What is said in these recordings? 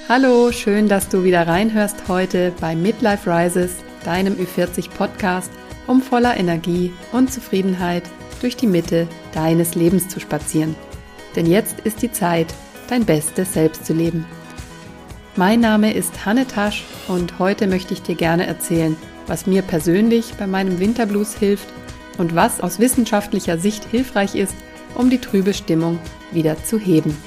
Hallo, schön, dass du wieder reinhörst heute bei Midlife Rises, deinem Ü40-Podcast, um voller Energie und Zufriedenheit durch die Mitte deines Lebens zu spazieren. Denn jetzt ist die Zeit, dein bestes Selbst zu leben. Mein Name ist Hanne Tasch und heute möchte ich dir gerne erzählen, was mir persönlich bei meinem Winterblues hilft und was aus wissenschaftlicher Sicht hilfreich ist, um die trübe Stimmung wieder zu heben.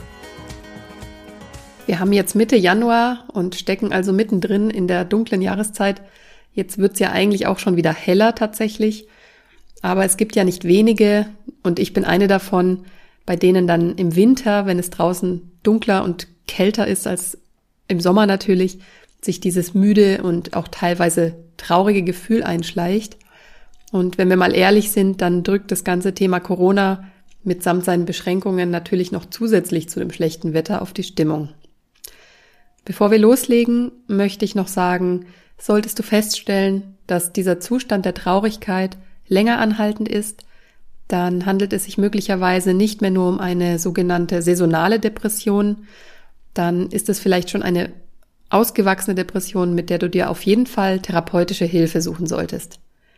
Wir haben jetzt Mitte Januar und stecken also mittendrin in der dunklen Jahreszeit. Jetzt wird's ja eigentlich auch schon wieder heller tatsächlich, aber es gibt ja nicht wenige und ich bin eine davon, bei denen dann im Winter, wenn es draußen dunkler und kälter ist als im Sommer natürlich, sich dieses müde und auch teilweise traurige Gefühl einschleicht. Und wenn wir mal ehrlich sind, dann drückt das ganze Thema Corona mitsamt seinen Beschränkungen natürlich noch zusätzlich zu dem schlechten Wetter auf die Stimmung. Bevor wir loslegen, möchte ich noch sagen, solltest du feststellen, dass dieser Zustand der Traurigkeit länger anhaltend ist, dann handelt es sich möglicherweise nicht mehr nur um eine sogenannte saisonale Depression, dann ist es vielleicht schon eine ausgewachsene Depression, mit der du dir auf jeden Fall therapeutische Hilfe suchen solltest.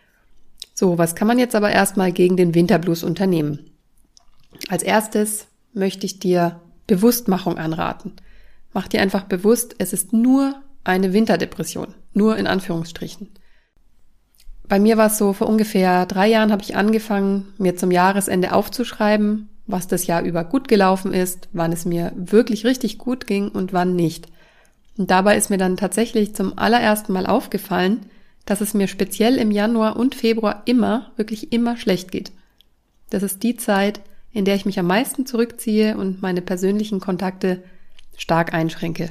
So, was kann man jetzt aber erstmal gegen den Winterblues unternehmen? Als erstes möchte ich dir Bewusstmachung anraten. Mach dir einfach bewusst, es ist nur eine Winterdepression, nur in Anführungsstrichen. Bei mir war es so, vor ungefähr 3 Jahren habe ich angefangen, mir zum Jahresende aufzuschreiben, was das Jahr über gut gelaufen ist, wann es mir wirklich richtig gut ging und wann nicht. Und dabei ist mir dann tatsächlich zum allerersten Mal aufgefallen, dass es mir speziell im Januar und Februar wirklich immer schlecht geht. Das ist die Zeit, in der ich mich am meisten zurückziehe und meine persönlichen Kontakte stark einschränke.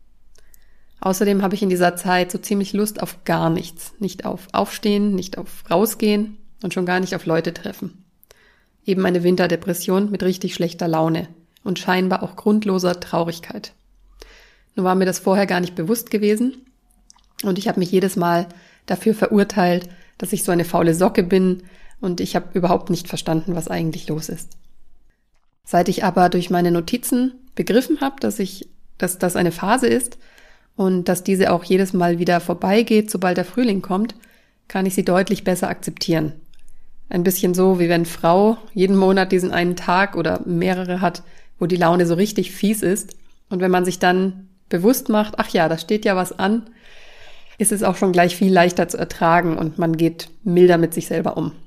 Außerdem habe ich in dieser Zeit so ziemlich Lust auf gar nichts. Nicht auf Aufstehen, nicht auf Rausgehen und schon gar nicht auf Leute treffen. Eben eine Winterdepression mit richtig schlechter Laune und scheinbar auch grundloser Traurigkeit. Nur war mir das vorher gar nicht bewusst gewesen und ich habe mich jedes Mal dafür verurteilt, dass ich so eine faule Socke bin und ich habe überhaupt nicht verstanden, was eigentlich los ist. Seit ich aber durch meine Notizen begriffen habe, dass das eine Phase ist und dass diese auch jedes Mal wieder vorbeigeht, sobald der Frühling kommt, kann ich sie deutlich besser akzeptieren. Ein bisschen so, wie wenn Frau jeden Monat diesen einen Tag oder mehrere hat, wo die Laune so richtig fies ist. Und wenn man sich dann bewusst macht, ach ja, da steht ja was an, ist es auch schon gleich viel leichter zu ertragen und man geht milder mit sich selber um.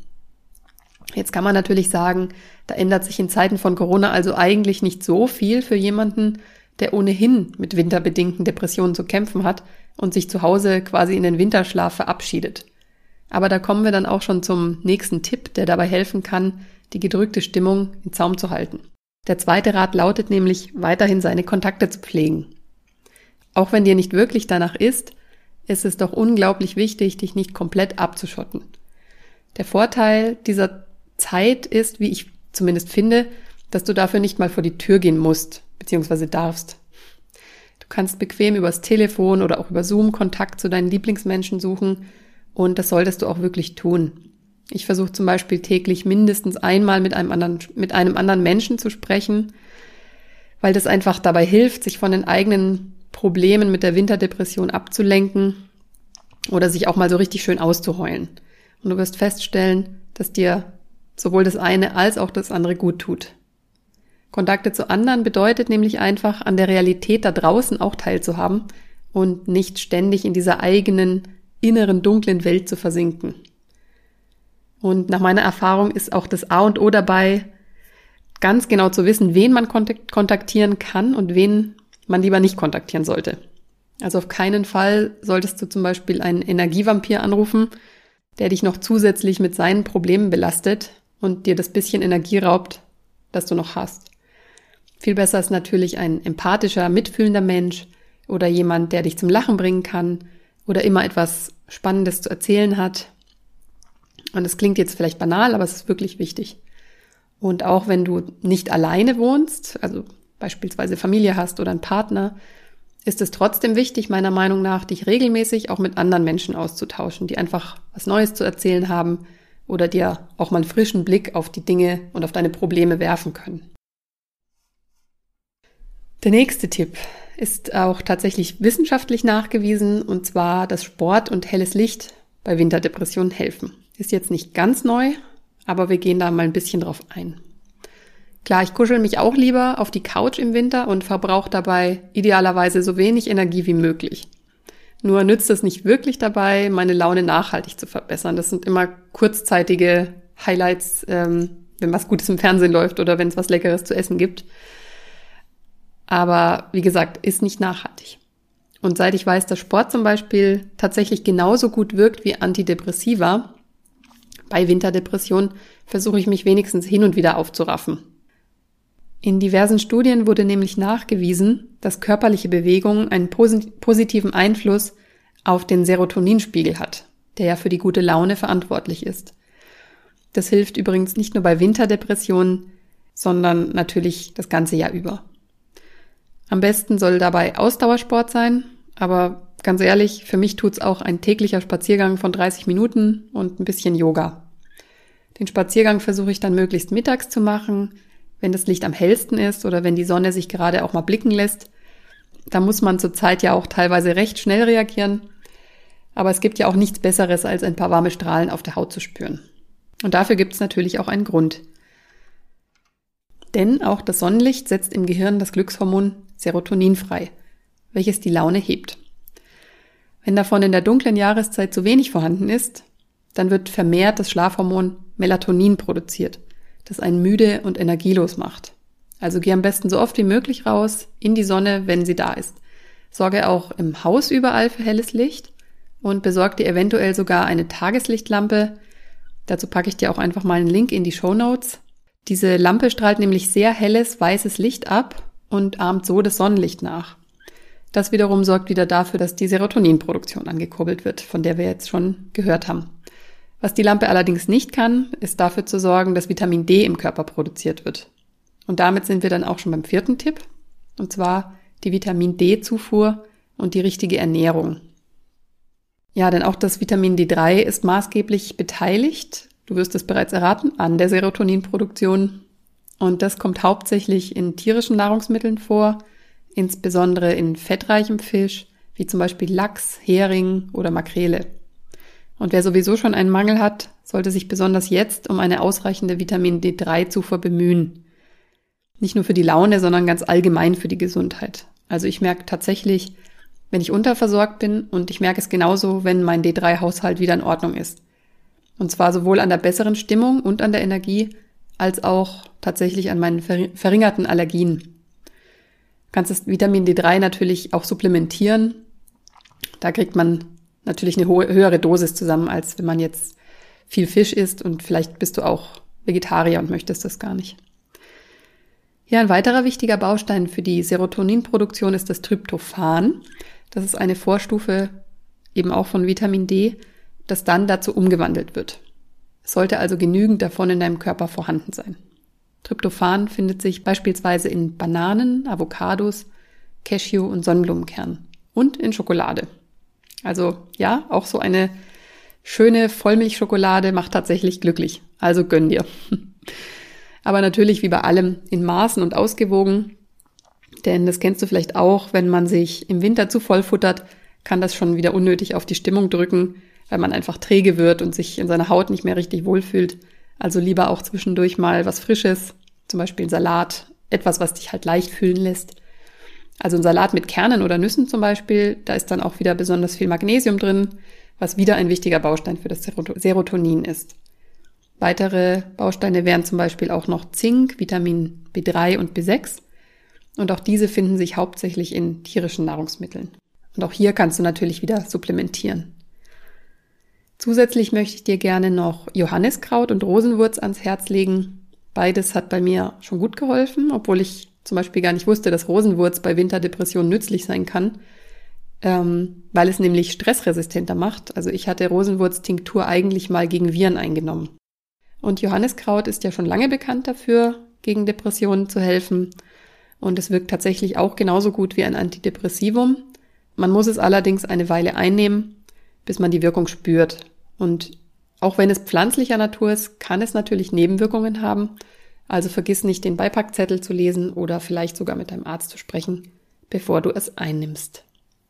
Jetzt kann man natürlich sagen, da ändert sich in Zeiten von Corona also eigentlich nicht so viel für jemanden, der ohnehin mit winterbedingten Depressionen zu kämpfen hat und sich zu Hause quasi in den Winterschlaf verabschiedet. Aber da kommen wir dann auch schon zum nächsten Tipp, der dabei helfen kann, die gedrückte Stimmung in Zaum zu halten. Der zweite Rat lautet nämlich, weiterhin seine Kontakte zu pflegen. Auch wenn dir nicht wirklich danach ist es doch unglaublich wichtig, dich nicht komplett abzuschotten. Der Vorteil dieser Zeit ist, wie ich zumindest finde, dass du dafür nicht mal vor die Tür gehen musst, beziehungsweise darfst. Du kannst bequem übers Telefon oder auch über Zoom Kontakt zu deinen Lieblingsmenschen suchen und das solltest du auch wirklich tun. Ich versuche zum Beispiel täglich mindestens einmal mit einem anderen Menschen zu sprechen, weil das einfach dabei hilft, sich von den eigenen Problemen mit der Winterdepression abzulenken oder sich auch mal so richtig schön auszuheulen. Und du wirst feststellen, dass dir sowohl das eine als auch das andere gut tut. Kontakte zu anderen bedeutet nämlich einfach, an der Realität da draußen auch teilzuhaben und nicht ständig in dieser eigenen, inneren, dunklen Welt zu versinken. Und nach meiner Erfahrung ist auch das A und O dabei, ganz genau zu wissen, wen man kontaktieren kann und wen man lieber nicht kontaktieren sollte. Also auf keinen Fall solltest du zum Beispiel einen Energievampir anrufen, der dich noch zusätzlich mit seinen Problemen belastet und dir das bisschen Energie raubt, das du noch hast. Viel besser ist natürlich ein empathischer, mitfühlender Mensch oder jemand, der dich zum Lachen bringen kann oder immer etwas Spannendes zu erzählen hat. Und es klingt jetzt vielleicht banal, aber es ist wirklich wichtig. Und auch wenn du nicht alleine wohnst, also beispielsweise Familie hast oder einen Partner, ist es trotzdem wichtig, meiner Meinung nach, dich regelmäßig auch mit anderen Menschen auszutauschen, die einfach was Neues zu erzählen haben oder dir auch mal einen frischen Blick auf die Dinge und auf deine Probleme werfen können. Der nächste Tipp ist auch tatsächlich wissenschaftlich nachgewiesen, und zwar, dass Sport und helles Licht bei Winterdepressionen helfen. Ist jetzt nicht ganz neu, aber wir gehen da mal ein bisschen drauf ein. Klar, ich kuschel mich auch lieber auf die Couch im Winter und verbrauche dabei idealerweise so wenig Energie wie möglich. Nur nützt es nicht wirklich dabei, meine Laune nachhaltig zu verbessern. Das sind immer kurzzeitige Highlights, wenn was Gutes im Fernsehen läuft oder wenn es was Leckeres zu essen gibt. Aber wie gesagt, ist nicht nachhaltig. Und seit ich weiß, dass Sport zum Beispiel tatsächlich genauso gut wirkt wie Antidepressiva bei Winterdepression, versuche ich mich wenigstens hin und wieder aufzuraffen. In diversen Studien wurde nämlich nachgewiesen, dass körperliche Bewegung einen positiven Einfluss auf den Serotoninspiegel hat, der ja für die gute Laune verantwortlich ist. Das hilft übrigens nicht nur bei Winterdepressionen, sondern natürlich das ganze Jahr über. Am besten soll dabei Ausdauersport sein, aber ganz ehrlich, für mich tut's auch ein täglicher Spaziergang von 30 Minuten und ein bisschen Yoga. Den Spaziergang versuche ich dann möglichst mittags zu machen, wenn das Licht am hellsten ist oder wenn die Sonne sich gerade auch mal blicken lässt. Da muss man zur Zeit ja auch teilweise recht schnell reagieren. Aber es gibt ja auch nichts Besseres, als ein paar warme Strahlen auf der Haut zu spüren. Und dafür gibt es natürlich auch einen Grund. Denn auch das Sonnenlicht setzt im Gehirn das Glückshormon Serotonin frei, welches die Laune hebt. Wenn davon in der dunklen Jahreszeit zu wenig vorhanden ist, dann wird vermehrt das Schlafhormon Melatonin produziert, das einen müde und energielos macht. Also geh am besten so oft wie möglich raus in die Sonne, wenn sie da ist. Sorge auch im Haus überall für helles Licht und besorg dir eventuell sogar eine Tageslichtlampe. Dazu packe ich dir auch einfach mal einen Link in die Shownotes. Diese Lampe strahlt nämlich sehr helles, weißes Licht ab und ahmt so das Sonnenlicht nach. Das wiederum sorgt wieder dafür, dass die Serotoninproduktion angekurbelt wird, von der wir jetzt schon gehört haben. Was die Lampe allerdings nicht kann, ist dafür zu sorgen, dass Vitamin D im Körper produziert wird. Und damit sind wir dann auch schon beim 4. Tipp, und zwar die Vitamin D-Zufuhr und die richtige Ernährung. Ja, denn auch das Vitamin D3 ist maßgeblich beteiligt, du wirst es bereits erraten, an der Serotoninproduktion. Und das kommt hauptsächlich in tierischen Nahrungsmitteln vor, insbesondere in fettreichem Fisch, wie zum Beispiel Lachs, Hering oder Makrele. Und wer sowieso schon einen Mangel hat, sollte sich besonders jetzt um eine ausreichende Vitamin D3-Zufuhr bemühen. Nicht nur für die Laune, sondern ganz allgemein für die Gesundheit. Also ich merke tatsächlich, wenn ich unterversorgt bin, und ich merke es genauso, wenn mein D3-Haushalt wieder in Ordnung ist. Und zwar sowohl an der besseren Stimmung und an der Energie, als auch tatsächlich an meinen verringerten Allergien. Du kannst das Vitamin D3 natürlich auch supplementieren. Da kriegt man natürlich eine höhere Dosis zusammen, als wenn man jetzt viel Fisch isst und vielleicht bist du auch Vegetarier und möchtest das gar nicht. Ja, ein weiterer wichtiger Baustein für die Serotoninproduktion ist das Tryptophan. Das ist eine Vorstufe eben auch von Vitamin D, das dann dazu umgewandelt wird. Es sollte also genügend davon in deinem Körper vorhanden sein. Tryptophan findet sich beispielsweise in Bananen, Avocados, Cashew- und Sonnenblumenkernen und in Schokolade. Also ja, auch so eine schöne Vollmilchschokolade macht tatsächlich glücklich. Also gönn dir. Aber natürlich wie bei allem in Maßen und ausgewogen. Denn das kennst du vielleicht auch, wenn man sich im Winter zu voll futtert, kann das schon wieder unnötig auf die Stimmung drücken, weil man einfach träge wird und sich in seiner Haut nicht mehr richtig wohlfühlt. Also lieber auch zwischendurch mal was Frisches, zum Beispiel ein Salat, etwas, was dich halt leicht fühlen lässt. Also ein Salat mit Kernen oder Nüssen zum Beispiel, da ist dann auch wieder besonders viel Magnesium drin, was wieder ein wichtiger Baustein für das Serotonin ist. Weitere Bausteine wären zum Beispiel auch noch Zink, Vitamin B3 und B6. Und auch diese finden sich hauptsächlich in tierischen Nahrungsmitteln. Und auch hier kannst du natürlich wieder supplementieren. Zusätzlich möchte ich dir gerne noch Johanniskraut und Rosenwurz ans Herz legen. Beides hat bei mir schon gut geholfen, obwohl ich zum Beispiel gar nicht wusste, dass Rosenwurz bei Winterdepressionen nützlich sein kann, weil es nämlich stressresistenter macht. Also ich hatte Rosenwurz-Tinktur eigentlich mal gegen Viren eingenommen. Und Johanniskraut ist ja schon lange bekannt dafür, gegen Depressionen zu helfen. Und es wirkt tatsächlich auch genauso gut wie ein Antidepressivum. Man muss es allerdings eine Weile einnehmen, bis man die Wirkung spürt. Und auch wenn es pflanzlicher Natur ist, kann es natürlich Nebenwirkungen haben. Also vergiss nicht, den Beipackzettel zu lesen oder vielleicht sogar mit deinem Arzt zu sprechen, bevor du es einnimmst.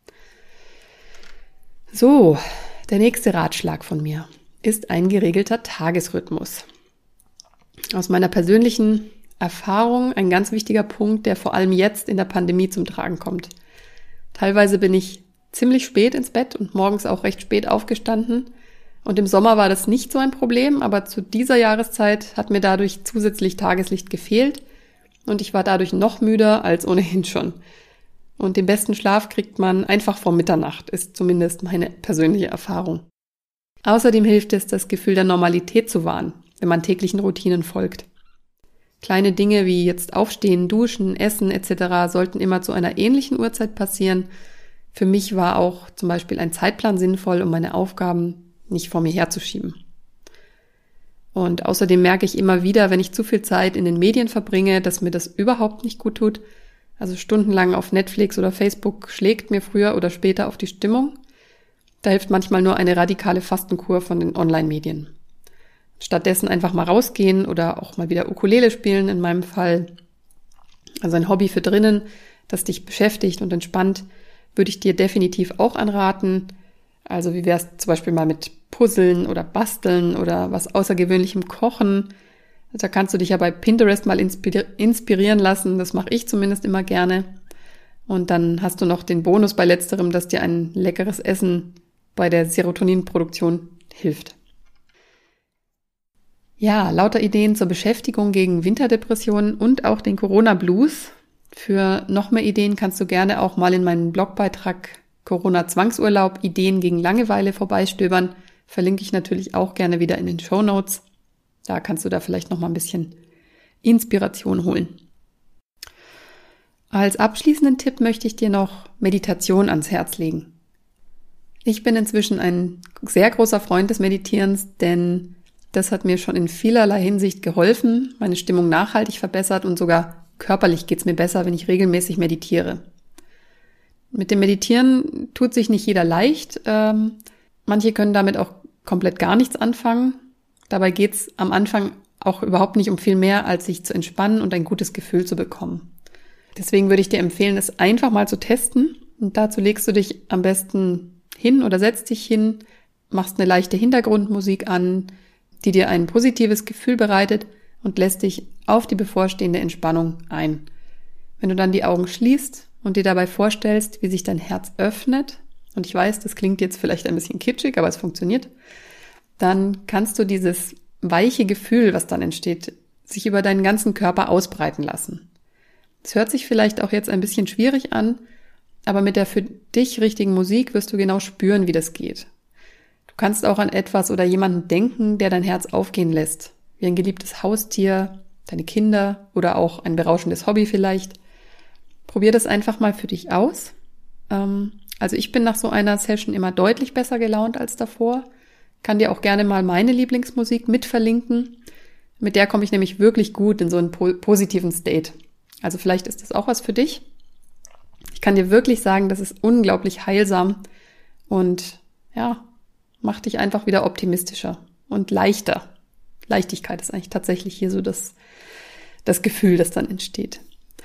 So, der nächste Ratschlag von mir ist ein geregelter Tagesrhythmus. Aus meiner persönlichen Erfahrung ein ganz wichtiger Punkt, der vor allem jetzt in der Pandemie zum Tragen kommt. Teilweise bin ich ziemlich spät ins Bett und morgens auch recht spät aufgestanden. Und im Sommer war das nicht so ein Problem, aber zu dieser Jahreszeit hat mir dadurch zusätzlich Tageslicht gefehlt und ich war dadurch noch müder als ohnehin schon. Und den besten Schlaf kriegt man einfach vor Mitternacht, ist zumindest meine persönliche Erfahrung. Außerdem hilft es, das Gefühl der Normalität zu wahren, wenn man täglichen Routinen folgt. Kleine Dinge wie jetzt aufstehen, duschen, essen etc. sollten immer zu einer ähnlichen Uhrzeit passieren. Für mich war auch zum Beispiel ein Zeitplan sinnvoll, um meine Aufgaben nicht vor mir herzuschieben. Und außerdem merke ich immer wieder, wenn ich zu viel Zeit in den Medien verbringe, dass mir das überhaupt nicht gut tut. Also stundenlang auf Netflix oder Facebook schlägt mir früher oder später auf die Stimmung. Da hilft manchmal nur eine radikale Fastenkur von den Online-Medien. Stattdessen einfach mal rausgehen oder auch mal wieder Ukulele spielen in meinem Fall. Also ein Hobby für drinnen, das dich beschäftigt und entspannt, würde ich dir definitiv auch anraten. Also wie wär's zum Beispiel mal mit Puzzeln oder Basteln oder was Außergewöhnlichem Kochen. Da kannst du dich ja bei Pinterest mal inspirieren lassen. Das mache ich zumindest immer gerne. Und dann hast du noch den Bonus bei letzterem, dass dir ein leckeres Essen bei der Serotoninproduktion hilft. Ja, lauter Ideen zur Beschäftigung gegen Winterdepressionen und auch den Corona-Blues. Für noch mehr Ideen kannst du gerne auch mal in meinen Blogbeitrag Corona-Zwangsurlaub, Ideen gegen Langeweile vorbeistöbern. Verlinke ich natürlich auch gerne wieder in den Shownotes. Da kannst du da vielleicht noch mal ein bisschen Inspiration holen. Als abschließenden Tipp möchte ich dir noch Meditation ans Herz legen. Ich bin inzwischen ein sehr großer Freund des Meditierens, denn das hat mir schon in vielerlei Hinsicht geholfen, meine Stimmung nachhaltig verbessert und sogar körperlich geht's mir besser, wenn ich regelmäßig meditiere. Mit dem Meditieren tut sich nicht jeder leicht. Manche können damit auch komplett gar nichts anfangen. Dabei geht's am Anfang auch überhaupt nicht um viel mehr, als sich zu entspannen und ein gutes Gefühl zu bekommen. Deswegen würde ich dir empfehlen, es einfach mal zu testen. Und dazu legst du dich am besten hin oder setzt dich hin, machst eine leichte Hintergrundmusik an, die dir ein positives Gefühl bereitet und lässt dich auf die bevorstehende Entspannung ein. Wenn du dann die Augen schließt und dir dabei vorstellst, wie sich dein Herz öffnet, und ich weiß, das klingt jetzt vielleicht ein bisschen kitschig, aber es funktioniert, dann kannst du dieses weiche Gefühl, was dann entsteht, sich über deinen ganzen Körper ausbreiten lassen. Es hört sich vielleicht auch jetzt ein bisschen schwierig an, aber mit der für dich richtigen Musik wirst du genau spüren, wie das geht. Du kannst auch an etwas oder jemanden denken, der dein Herz aufgehen lässt, wie ein geliebtes Haustier, deine Kinder oder auch ein berauschendes Hobby vielleicht. Probier das einfach mal für dich aus. Also ich bin nach so einer Session immer deutlich besser gelaunt als davor. Kann dir auch gerne mal meine Lieblingsmusik mit verlinken. Mit der komme ich nämlich wirklich gut in so einen positiven State. Also vielleicht ist das auch was für dich. Ich kann dir wirklich sagen, das ist unglaublich heilsam und ja, macht dich einfach wieder optimistischer und leichter. Leichtigkeit ist eigentlich tatsächlich hier so das Gefühl, das dann entsteht.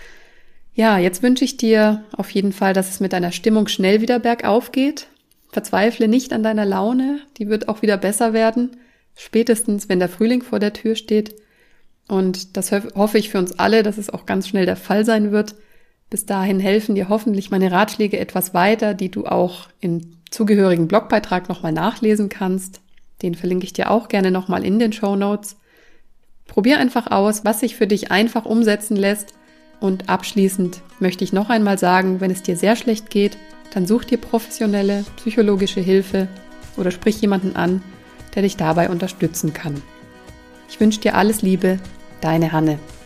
Ja, jetzt wünsche ich dir auf jeden Fall, dass es mit deiner Stimmung schnell wieder bergauf geht. Verzweifle nicht an deiner Laune, die wird auch wieder besser werden, spätestens wenn der Frühling vor der Tür steht. Und das hoffe ich für uns alle, dass es auch ganz schnell der Fall sein wird. Bis dahin helfen dir hoffentlich meine Ratschläge etwas weiter, die du auch im zugehörigen Blogbeitrag nochmal nachlesen kannst. Den verlinke ich dir auch gerne nochmal in den Shownotes. Probier einfach aus, was sich für dich einfach umsetzen lässt. Und abschließend möchte ich noch einmal sagen, wenn es dir sehr schlecht geht, dann such dir professionelle psychologische Hilfe oder sprich jemanden an, der dich dabei unterstützen kann. Ich wünsche dir alles Liebe, deine Hanne.